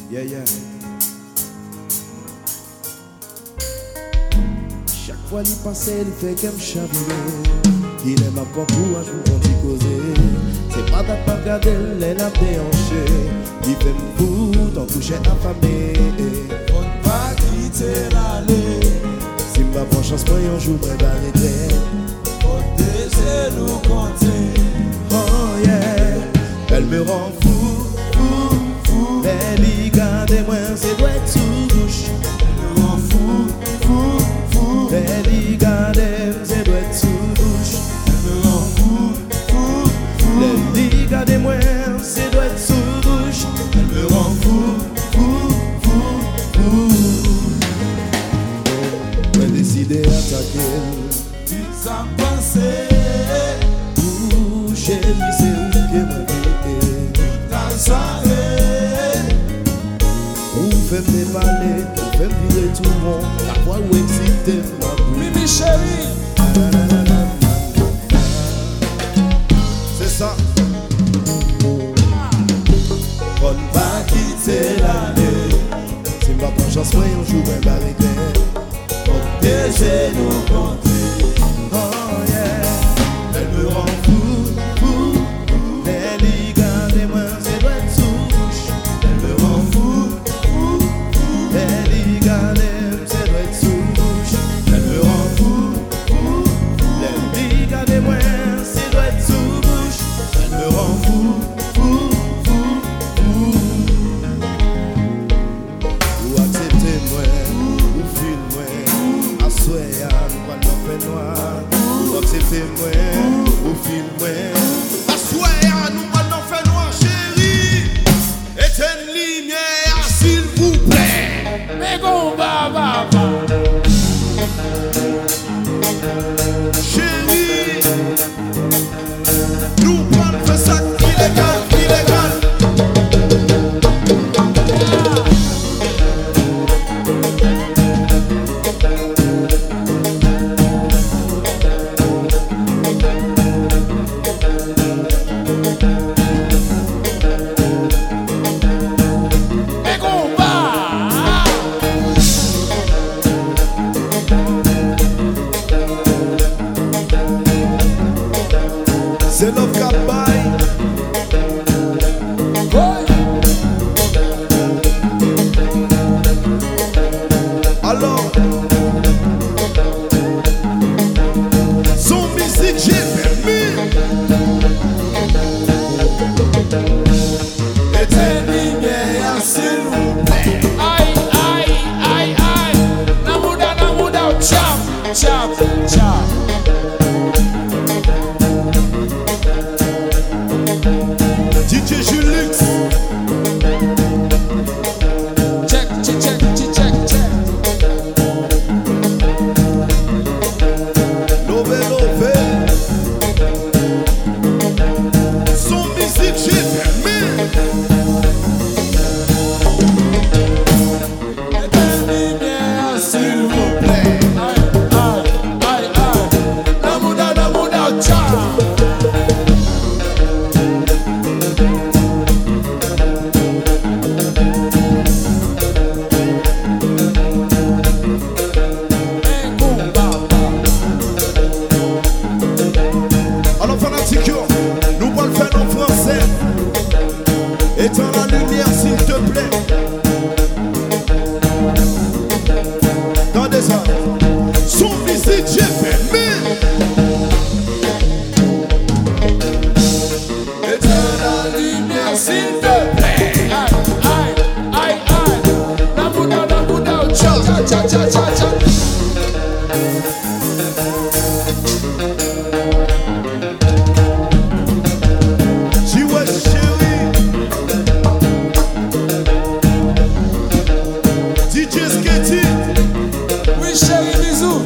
Yeah, yeah. Chaque fois qu'il passe, il fait qu'elle me chavire. Il aime encore pour un jour qu'on dit causer. C'est pas d'être pas regarder, elle a déhanché. Il fait me foutre, t'en coucher affamé. On ne pas quitter l'allée. Si m'a pas chance, moi un jour, moi d'arrêter. On désire nous compter. Oh yeah. Elle me rend fou, fou, fou. Elle y garde moi, c'est doit être sous douche. Elle me rend fou, fou, fou. Elle y garde, c'est doit être sous douche. Elle me rend fou, fou, fou. Elle y garde moi, c'est doit être sous douche. Elle me rend fou, fou, fou, fou. J'ai décidé d'attaquer. Tu s'en pensais. Ouh, chérie, c'est où que moi vais. Dans le soirée. On fait me parler, on fait me virer tout le monde. La fois où excité ma bouche. Mimi chérie. C'est ça. On ne va quitter l'année. Si m'a pas chance, moi un jour, moi m'arrêter. On Désire nous compter. oh yeah. Elle me rend fou, fou, fou. Elle y garde moi, c'est doit être sous douche. Elle me rend fou, fou, fou. Elle y garde, c'est doit être sous douche. Elle me rend fou, fou, fou. Elle y garde moi, c'est doit être sous douche. Elle me rend fou, fou, fou, fou. Ou accepter moi, ou fil moi. Assoya, nous va l'en faire noir. Ou accepter moi, ou fil moi. Assoya, nous va l'en faire noir, chérie. Éteins lumière, s'il vous plaît. Mais go ba ba ba. Chérie, nous parlons de ça illégal, illégal. Mais go ba. C'est Love Cap Bye. Boy. Alors, son musique, j'ai permis. Éteins lumière, s'il vous plaît. Aïe, aïe, aïe, aïe. Namuda, chap, chap, chap. DJ Julix, Check, check, check, check, check, check. Love, love. Son musique, j'ai permis. Éteins lumière, s'il vous plaît. Aïe, aïe, aïe, aïe. Namuda, chap. Mais go ba ba. Alors, fanatique, nous allons le faire en français. Éteins la lumière, s'il te plaît. Dans des heures, son musique, j'ai permis. Éteins la lumière, s'il te plaît. Aïe, aïe, aïe, aïe. Namuda, cha, cha, cha, cha, cha. She was chérie. DJ Sketty. Oui, chérie, bisous.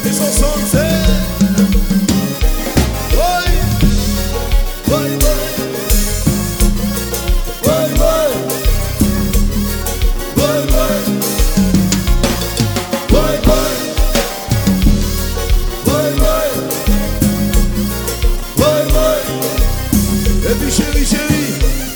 Ils sont censés. Oui, oui, oui. Oui, oui. Oui, oui. Oui, oui. Oui, oui. Oui, oui. Et puis chérie, chérie.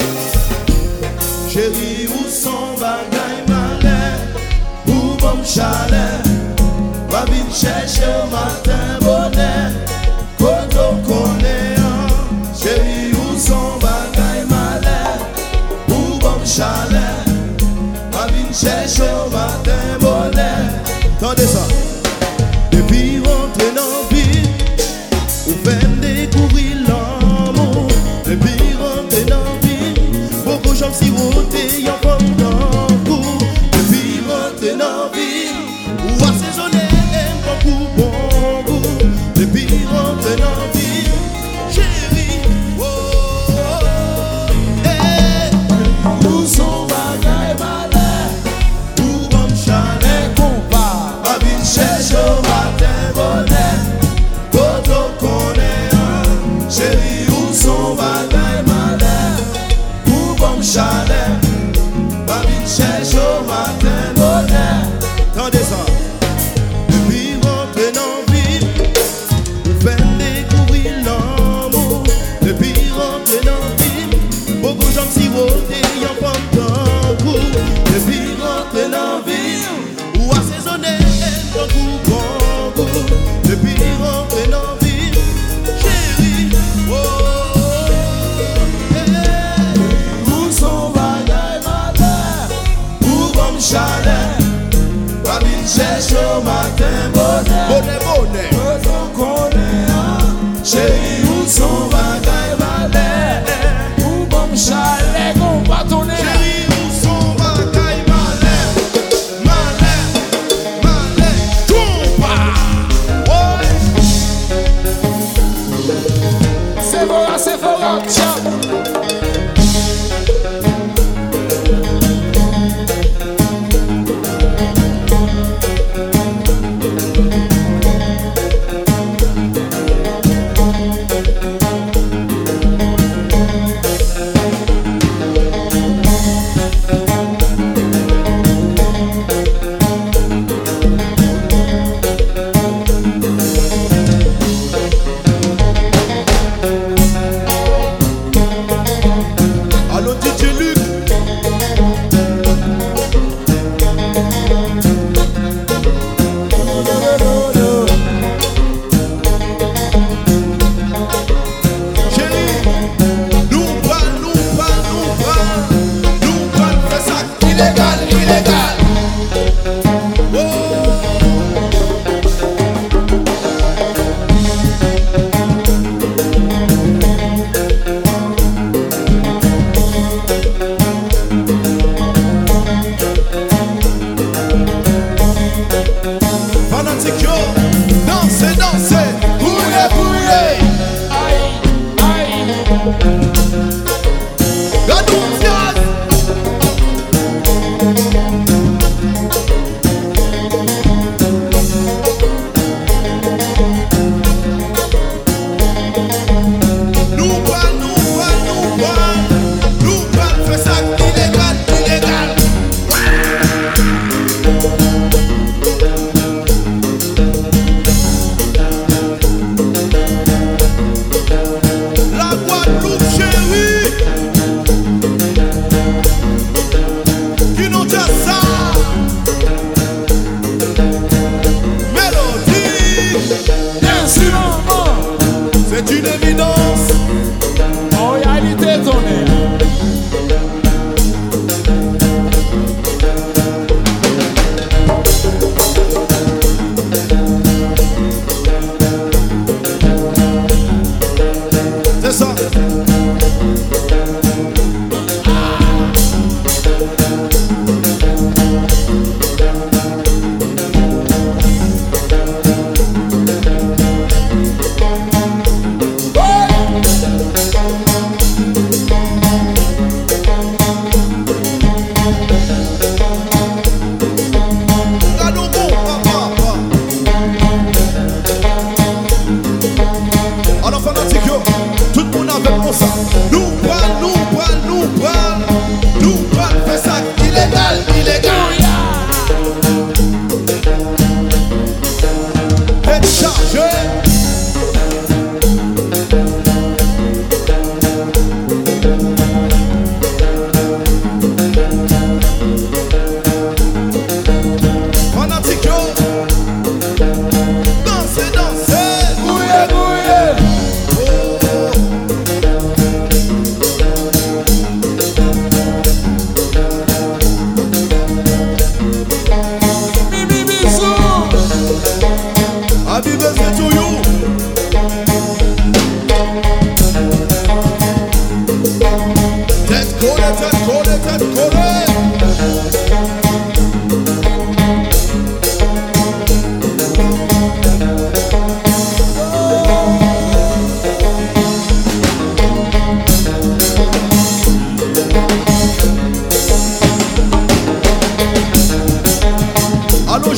Chérie, où sont bagaille malais? Où bon chalet? Va vite chercher au matin bonnet. Quand on connaît un. Chérie, où sont bagaille malais? Où bon chalet? Va vite chercher au matin bonnet. Attendez ça. Depuis rentrer dans la ville, on fait découvrir l'amour. Depuis rentrer dans la ville, beaucoup de gens s'y roter, y'en font dans le coup. Depuis rentrer dans la ville, ou assaisonner un beaucoup bon goût. Depuis rentrer dans la ville, chérie, oh, oh, eh. Où sont bagaille malais? Où bon chalet compas? Va vite chercher au matin bonnet. Quand on connaît un. Chérie, où sont bagaille malais? Où bon chalet? Va vite chercher au matin bonnet. Attendez ça. Depuis rentrer dans la ville, vous faites découvrir l'amour. Depuis rentrer dans la ville, beaucoup de gens s'y roter, y'en font tant coup. Depuis rentrer dans la ville, ou assaisonner un coup bon goût. Depuis rentrer dans la ville, chérie, oh, eh. Où sont bagaille malais? Où bon chalet? Va vite chercher au matin bonnet. Bonnet, bonnet. Quand on connaît un. Chérie, où sont bagaille malais? Où bon chalet qu'on va tourner. Chérie, où sont bagaille malais? Malais, malais. Compa. Ouais. C'est fora, tiens. Allô, DJ Luc. Chérie, nous pas faire ça illégal, illégal. Oh. Fanatique yo, dansez, dansez, bouillez, bouillez. Aïe, aïe. Gadou Diaz. Nous pas faire ça illégal, illégal.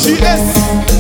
JS